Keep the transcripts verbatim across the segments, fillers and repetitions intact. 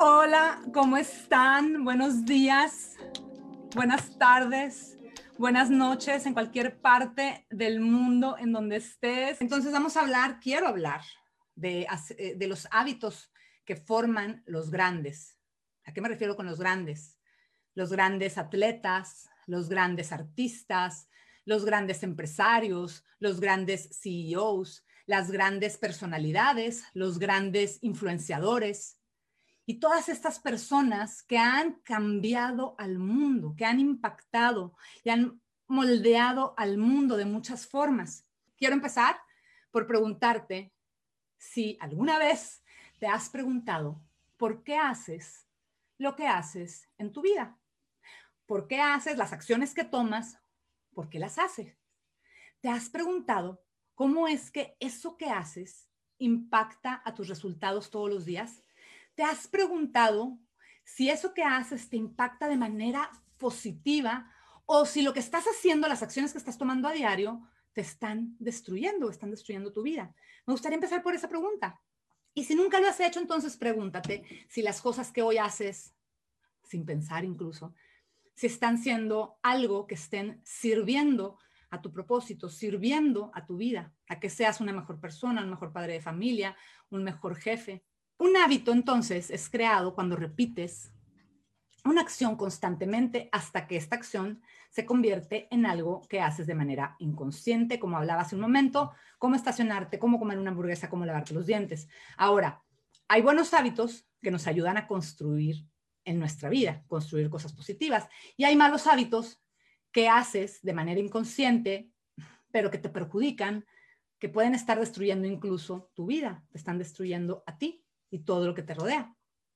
Hola, ¿cómo están? Buenos días, buenas tardes, buenas noches en cualquier parte del mundo en donde estés. Entonces vamos a hablar, quiero hablar de, de los hábitos que forman los grandes. ¿A qué me refiero con los grandes? Los grandes atletas, los grandes artistas, los grandes empresarios, los grandes C E Os, las grandes personalidades, los grandes influenciadores. Y todas estas personas que han cambiado al mundo, que han impactado y han moldeado al mundo de muchas formas. Quiero empezar por preguntarte si alguna vez te has preguntado por qué haces lo que haces en tu vida. ¿Por qué haces las acciones que tomas? ¿Por qué las haces? ¿Te has preguntado cómo es que eso que haces impacta a tus resultados todos los días? ¿Te has preguntado si eso que haces te impacta de manera positiva o si lo que estás haciendo, las acciones que estás tomando a diario, te están destruyendo, están destruyendo tu vida? Me gustaría empezar por esa pregunta. Y si nunca lo has hecho, entonces pregúntate si las cosas que hoy haces, sin pensar incluso, si están siendo algo que estén sirviendo a tu propósito, sirviendo a tu vida, a que seas una mejor persona, un mejor padre de familia, un mejor jefe. Un hábito, entonces, es creado cuando repites una acción constantemente hasta que esta acción se convierte en algo que haces de manera inconsciente, como hablaba hace un momento, cómo estacionarte, cómo comer una hamburguesa, cómo lavarte los dientes. Ahora, hay buenos hábitos que nos ayudan a construir en nuestra vida, construir cosas positivas, y hay malos hábitos que haces de manera inconsciente, pero que te perjudican, que pueden estar destruyendo incluso tu vida, te están destruyendo a ti y todo lo que te rodea.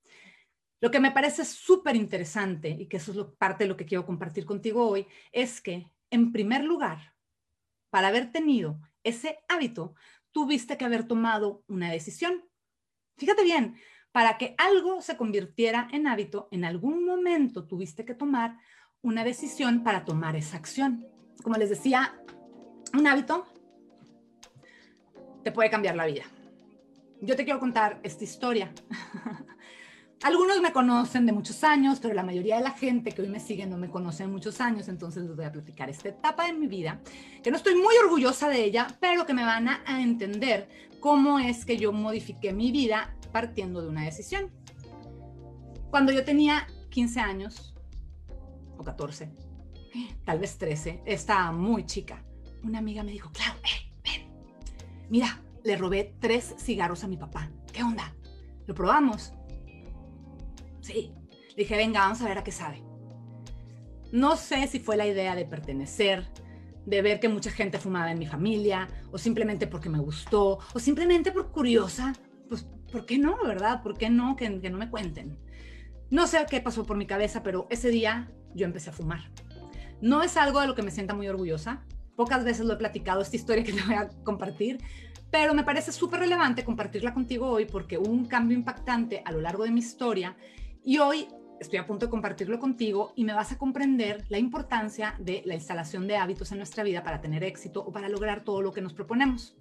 Lo que me parece súper interesante, y que eso es lo, parte de lo que quiero compartir contigo hoy, es que, en primer lugar, para haber tenido ese hábito, tuviste que haber tomado una decisión. Fíjate bien, para que algo se convirtiera en hábito, en algún momento tuviste que tomar una decisión para tomar esa acción. Como les decía, un hábito te puede cambiar la vida. Yo te quiero contar esta historia. Algunos me conocen de muchos años, pero la mayoría de la gente que hoy me sigue no me conoce de muchos años, entonces les voy a platicar esta etapa de mi vida, que no estoy muy orgullosa de ella, pero que me van a entender cómo es que yo modifiqué mi vida partiendo de una decisión. Cuando yo tenía quince años, o catorce, tal vez trece, estaba muy chica, una amiga me dijo, Clau, hey, ven, mira, le robé tres cigarros a mi papá, ¿qué onda? ¿Lo probamos? Sí, dije, venga, vamos a ver a qué sabe. No sé si fue la idea de pertenecer, de ver que mucha gente fumaba en mi familia, o simplemente porque me gustó, o simplemente por curiosa. Pues, ¿por qué no, verdad? ¿Por qué no? Que, que no me cuenten. No sé qué pasó por mi cabeza, pero ese día yo empecé a fumar. No es algo de lo que me sienta muy orgullosa. Pocas veces lo he platicado, esta historia que te voy a compartir, pero me parece súper relevante compartirla contigo hoy porque hubo un cambio impactante a lo largo de mi historia. Y hoy estoy a punto de compartirlo contigo y me vas a comprender la importancia de la instalación de hábitos en nuestra vida para tener éxito o para lograr todo lo que nos proponemos.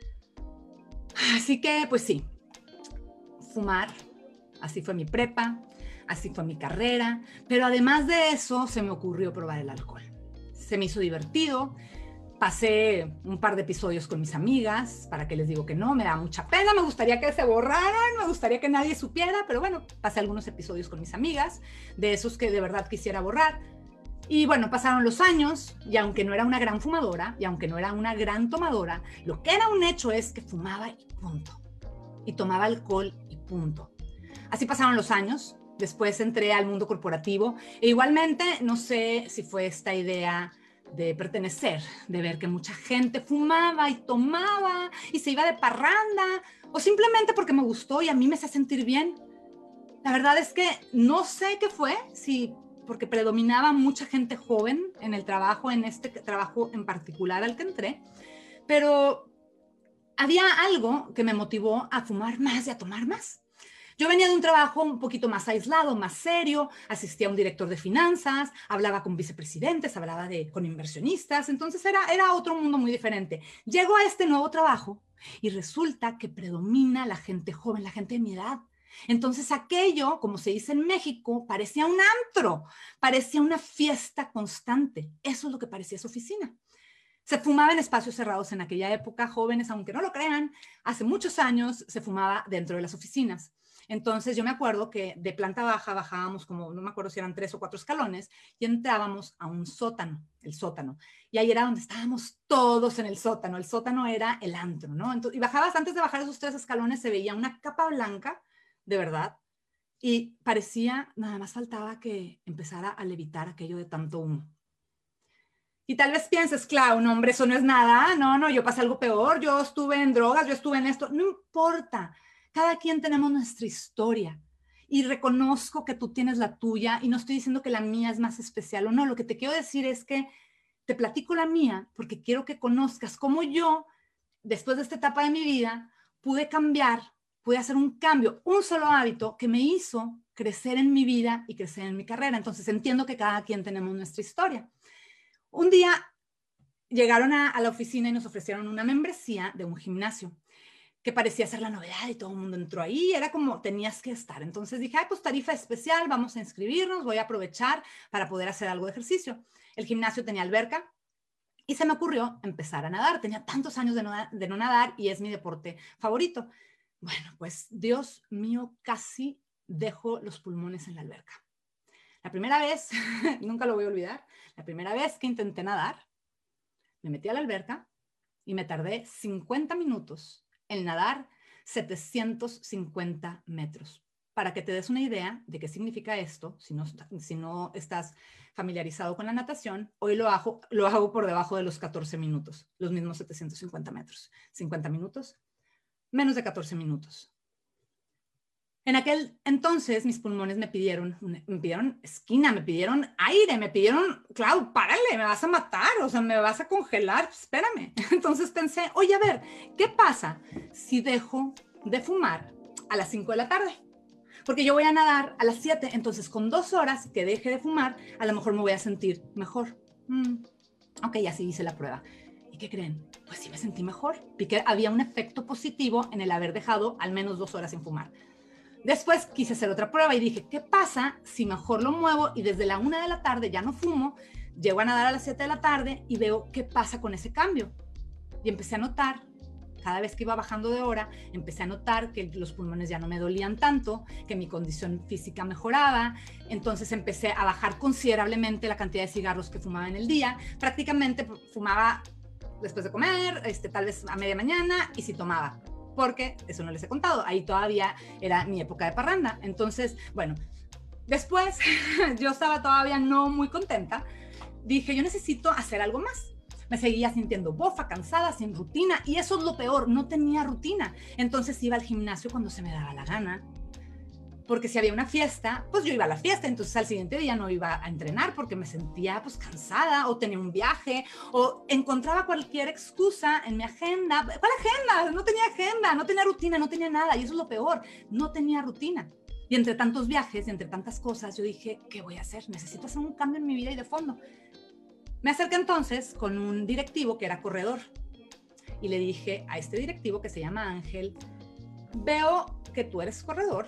Así que, pues sí, fumar, así fue mi prepa, así fue mi carrera, pero además de eso se me ocurrió probar el alcohol. Se me hizo divertido. Pasé un par de episodios con mis amigas, para que les digo que no, me da mucha pena, me gustaría que se borraran, me gustaría que nadie supiera, pero bueno, pasé algunos episodios con mis amigas, de esos que de verdad quisiera borrar. Y bueno, pasaron los años, y aunque no era una gran fumadora, y aunque no era una gran tomadora, lo que era un hecho es que fumaba y punto. Y tomaba alcohol y punto. Así pasaron los años, después entré al mundo corporativo, e igualmente, no sé si fue esta idea de pertenecer, de ver que mucha gente fumaba y tomaba y se iba de parranda, o simplemente porque me gustó y a mí me hacía sentir bien. La verdad es que no sé qué fue, si porque predominaba mucha gente joven en el trabajo, en este trabajo en particular al que entré, pero había algo que me motivó a fumar más y a tomar más. Yo venía de un trabajo un poquito más aislado, más serio, asistía a un director de finanzas, hablaba con vicepresidentes, hablaba de, con inversionistas, entonces era, era otro mundo muy diferente. Llego a este nuevo trabajo y resulta que predomina la gente joven, la gente de mi edad. Entonces aquello, como se dice en México, parecía un antro, parecía una fiesta constante. Eso es lo que parecía esa oficina. Se fumaba en espacios cerrados en aquella época, jóvenes, aunque no lo crean, hace muchos años se fumaba dentro de las oficinas. Entonces yo me acuerdo que de planta baja bajábamos como, no me acuerdo si eran tres o cuatro escalones, y entrábamos a un sótano, el sótano. Y ahí era donde estábamos todos en el sótano. El sótano era el antro, ¿no? Entonces, y bajabas, antes de bajar esos tres escalones, se veía una capa blanca, de verdad, y parecía, nada más faltaba que empezara a levitar aquello de tanto humo. Y tal vez pienses, claro, no, hombre, eso no es nada, no, no, yo pasé algo peor, yo estuve en drogas, yo estuve en esto, no importa, cada quien tenemos nuestra historia y reconozco que tú tienes la tuya y no estoy diciendo que la mía es más especial o no, lo que te quiero decir es que te platico la mía porque quiero que conozcas cómo yo, después de esta etapa de mi vida, pude cambiar, pude hacer un cambio, un solo hábito que me hizo crecer en mi vida y crecer en mi carrera. Entonces entiendo que cada quien tenemos nuestra historia. Un día llegaron a, a la oficina y nos ofrecieron una membresía de un gimnasio que parecía ser la novedad y todo el mundo entró ahí, era como tenías que estar. Entonces dije, ay, pues tarifa especial, vamos a inscribirnos, voy a aprovechar para poder hacer algo de ejercicio. El gimnasio tenía alberca y se me ocurrió empezar a nadar. Tenía tantos años de no, de no nadar y es mi deporte favorito. Bueno, pues Dios mío, casi dejo los pulmones en la alberca. La primera vez, nunca lo voy a olvidar, la primera vez que intenté nadar, me metí a la alberca y me tardé cincuenta minutos en nadar setecientos cincuenta metros. Para que te des una idea de qué significa esto, si no, si no estás familiarizado con la natación, hoy lo hago, lo hago por debajo de los catorce minutos, los mismos setecientos cincuenta metros. cincuenta minutos, menos de catorce minutos. En aquel entonces mis pulmones me pidieron, me pidieron esquina, me pidieron aire, me pidieron, Clau, párale, me vas a matar, o sea, me vas a congelar, espérame. Entonces pensé, oye, a ver, ¿qué pasa si dejo de fumar a las cinco de la tarde? Porque yo voy a nadar a las siete, entonces con dos horas que deje de fumar, a lo mejor me voy a sentir mejor. Mm, ok, así hice la prueba. ¿Y qué creen? Pues sí me sentí mejor, porque había un efecto positivo en el haber dejado al menos dos horas sin fumar. Después quise hacer otra prueba y dije, ¿qué pasa si mejor lo muevo y desde la una de la tarde ya no fumo, llego a nadar a las siete de la tarde y veo qué pasa con ese cambio? Y empecé a notar, cada vez que iba bajando de hora, empecé a notar que los pulmones ya no me dolían tanto, que mi condición física mejoraba. Entonces empecé a bajar considerablemente la cantidad de cigarros que fumaba en el día. Prácticamente fumaba después de comer, este, tal vez a media mañana, y si tomaba, porque eso no les he contado, ahí todavía era mi época de parranda. Entonces, bueno, después yo estaba todavía no muy contenta, dije, yo necesito hacer algo más. Me seguía sintiendo bofa, cansada, sin rutina, y eso es lo peor, no tenía rutina. Entonces iba al gimnasio cuando se me daba la gana, porque si había una fiesta, pues yo iba a la fiesta, entonces al siguiente día no iba a entrenar porque me sentía pues cansada, o tenía un viaje, o encontraba cualquier excusa en mi agenda. ¿Cuál agenda? No tenía agenda, no tenía rutina, no tenía nada, y eso es lo peor, no tenía rutina. Y entre tantos viajes y entre tantas cosas, yo dije, ¿qué voy a hacer? Necesito hacer un cambio en mi vida y de fondo. Me acerqué entonces con un directivo que era corredor, y le dije a este directivo, que se llama Ángel, veo que tú eres corredor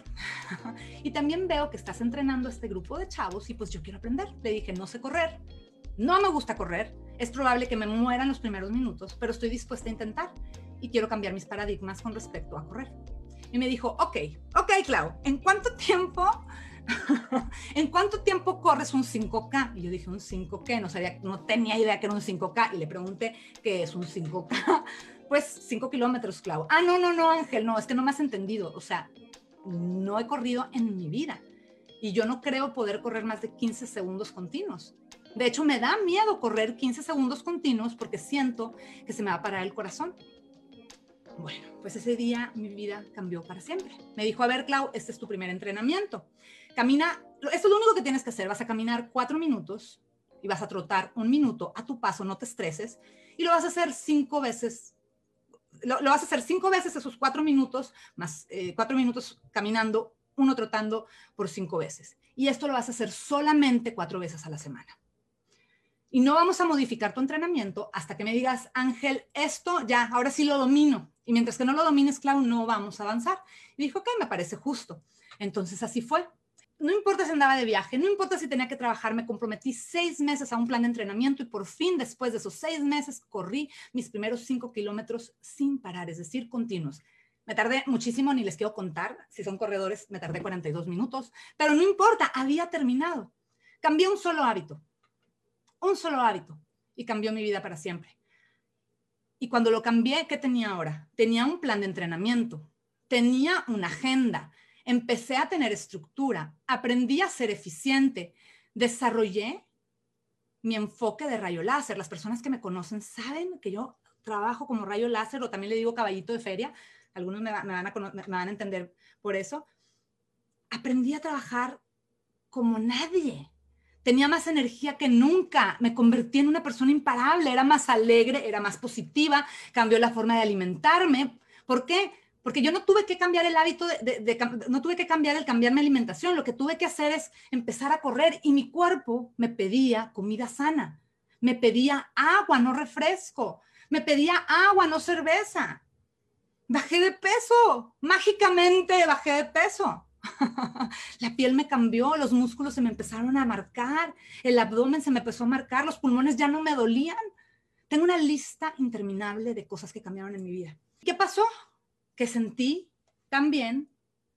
y también veo que estás entrenando a este grupo de chavos y pues yo quiero aprender. Le dije, no sé correr, no me gusta correr, es probable que me muera en los primeros minutos, pero estoy dispuesta a intentar y quiero cambiar mis paradigmas con respecto a correr. Y me dijo, ok, ok, Clau, ¿en cuánto tiempo, ¿en cuánto tiempo corres un cinco K? Y yo dije, ¿un cinco K? No sabía, no tenía idea que era un cinco K y le pregunté, ¿qué es un cinco K? Pues cinco kilómetros, Clau. Ah, no, no, no, Ángel, no, es que no me has entendido. O sea, no he corrido en mi vida y yo no creo poder correr más de quince segundos continuos. De hecho, me da miedo correr quince segundos continuos porque siento que se me va a parar el corazón. Bueno, pues ese día mi vida cambió para siempre. Me dijo, a ver, Clau, este es tu primer entrenamiento. Camina, esto es lo único que tienes que hacer. Vas a caminar cuatro minutos y vas a trotar un minuto a tu paso, no te estreses, y lo vas a hacer cinco veces. Lo, lo vas a hacer cinco veces esos cuatro minutos, más eh, cuatro minutos caminando, uno trotando por cinco veces. Y esto lo vas a hacer solamente cuatro veces a la semana. Y no vamos a modificar tu entrenamiento hasta que me digas, Ángel, esto ya, ahora sí lo domino. Y mientras que no lo domines, claro, no vamos a avanzar. Y dijo, ok, me parece justo. Entonces así fue. No importa si andaba de viaje, no importa si tenía que trabajar, me comprometí seis meses a un plan de entrenamiento y por fin, después de esos seis meses, corrí mis primeros cinco kilómetros sin parar, es decir, continuos. Me tardé muchísimo, ni les quiero contar. Si son corredores, me tardé cuarenta y dos minutos, pero no importa, había terminado. Cambié un solo hábito, un solo hábito, y cambió mi vida para siempre. Y cuando lo cambié, ¿qué tenía ahora? Tenía un plan de entrenamiento, tenía una agenda, empecé a tener estructura, aprendí a ser eficiente, desarrollé mi enfoque de rayo láser. Las personas que me conocen saben que yo trabajo como rayo láser, o también le digo caballito de feria. Algunos me, va, me, van, a, me van a entender por eso. Aprendí a trabajar como nadie. Tenía más energía que nunca, me convertí en una persona imparable, era más alegre, era más positiva, cambió la forma de alimentarme. ¿Por qué? Porque yo no tuve que cambiar el hábito, de, de, de, no tuve que cambiar el cambiar mi alimentación, lo que tuve que hacer es empezar a correr y mi cuerpo me pedía comida sana, me pedía agua, no refresco, me pedía agua, no cerveza. Bajé de peso, mágicamente bajé de peso. La piel me cambió, los músculos se me empezaron a marcar, el abdomen se me empezó a marcar, los pulmones ya no me dolían. Tengo una lista interminable de cosas que cambiaron en mi vida. ¿Qué pasó? Que sentí también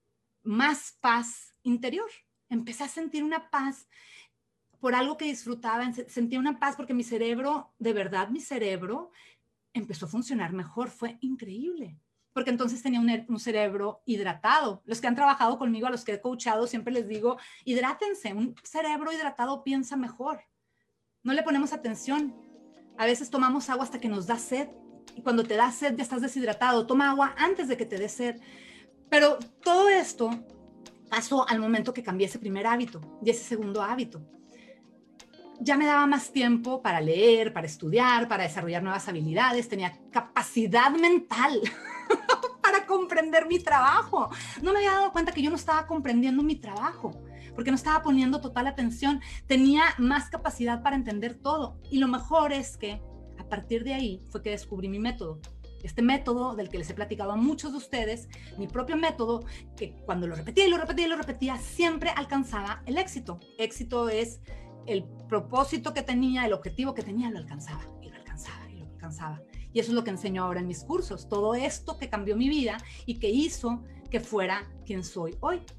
más paz interior. Empecé a sentir una paz por algo que disfrutaba, sentí una paz porque mi cerebro, de verdad mi cerebro, empezó a funcionar mejor, fue increíble. Porque entonces tenía un, un cerebro hidratado. Los que han trabajado conmigo, a los que he coachado, siempre les digo, hidrátense, un cerebro hidratado piensa mejor. No le ponemos atención. A veces tomamos agua hasta que nos da sed, y cuando te da sed ya estás deshidratado. Toma agua antes de que te dé sed. Pero todo esto pasó al momento que cambié ese primer hábito y ese segundo hábito. Ya me daba más tiempo para leer, para estudiar, para desarrollar nuevas habilidades, tenía capacidad mental para comprender mi trabajo. No me había dado cuenta que yo no estaba comprendiendo mi trabajo, porque no estaba poniendo total atención. Tenía más capacidad para entender todo. Y lo mejor es que a partir de ahí fue que descubrí mi método. Este método del que les he platicado a muchos de ustedes, mi propio método, que cuando lo repetía y lo repetía y lo repetía, siempre alcanzaba el éxito. Éxito es el propósito que tenía, el objetivo que tenía, lo alcanzaba y lo alcanzaba y lo alcanzaba. Y eso es lo que enseño ahora en mis cursos. Todo esto que cambió mi vida y que hizo que fuera quien soy hoy.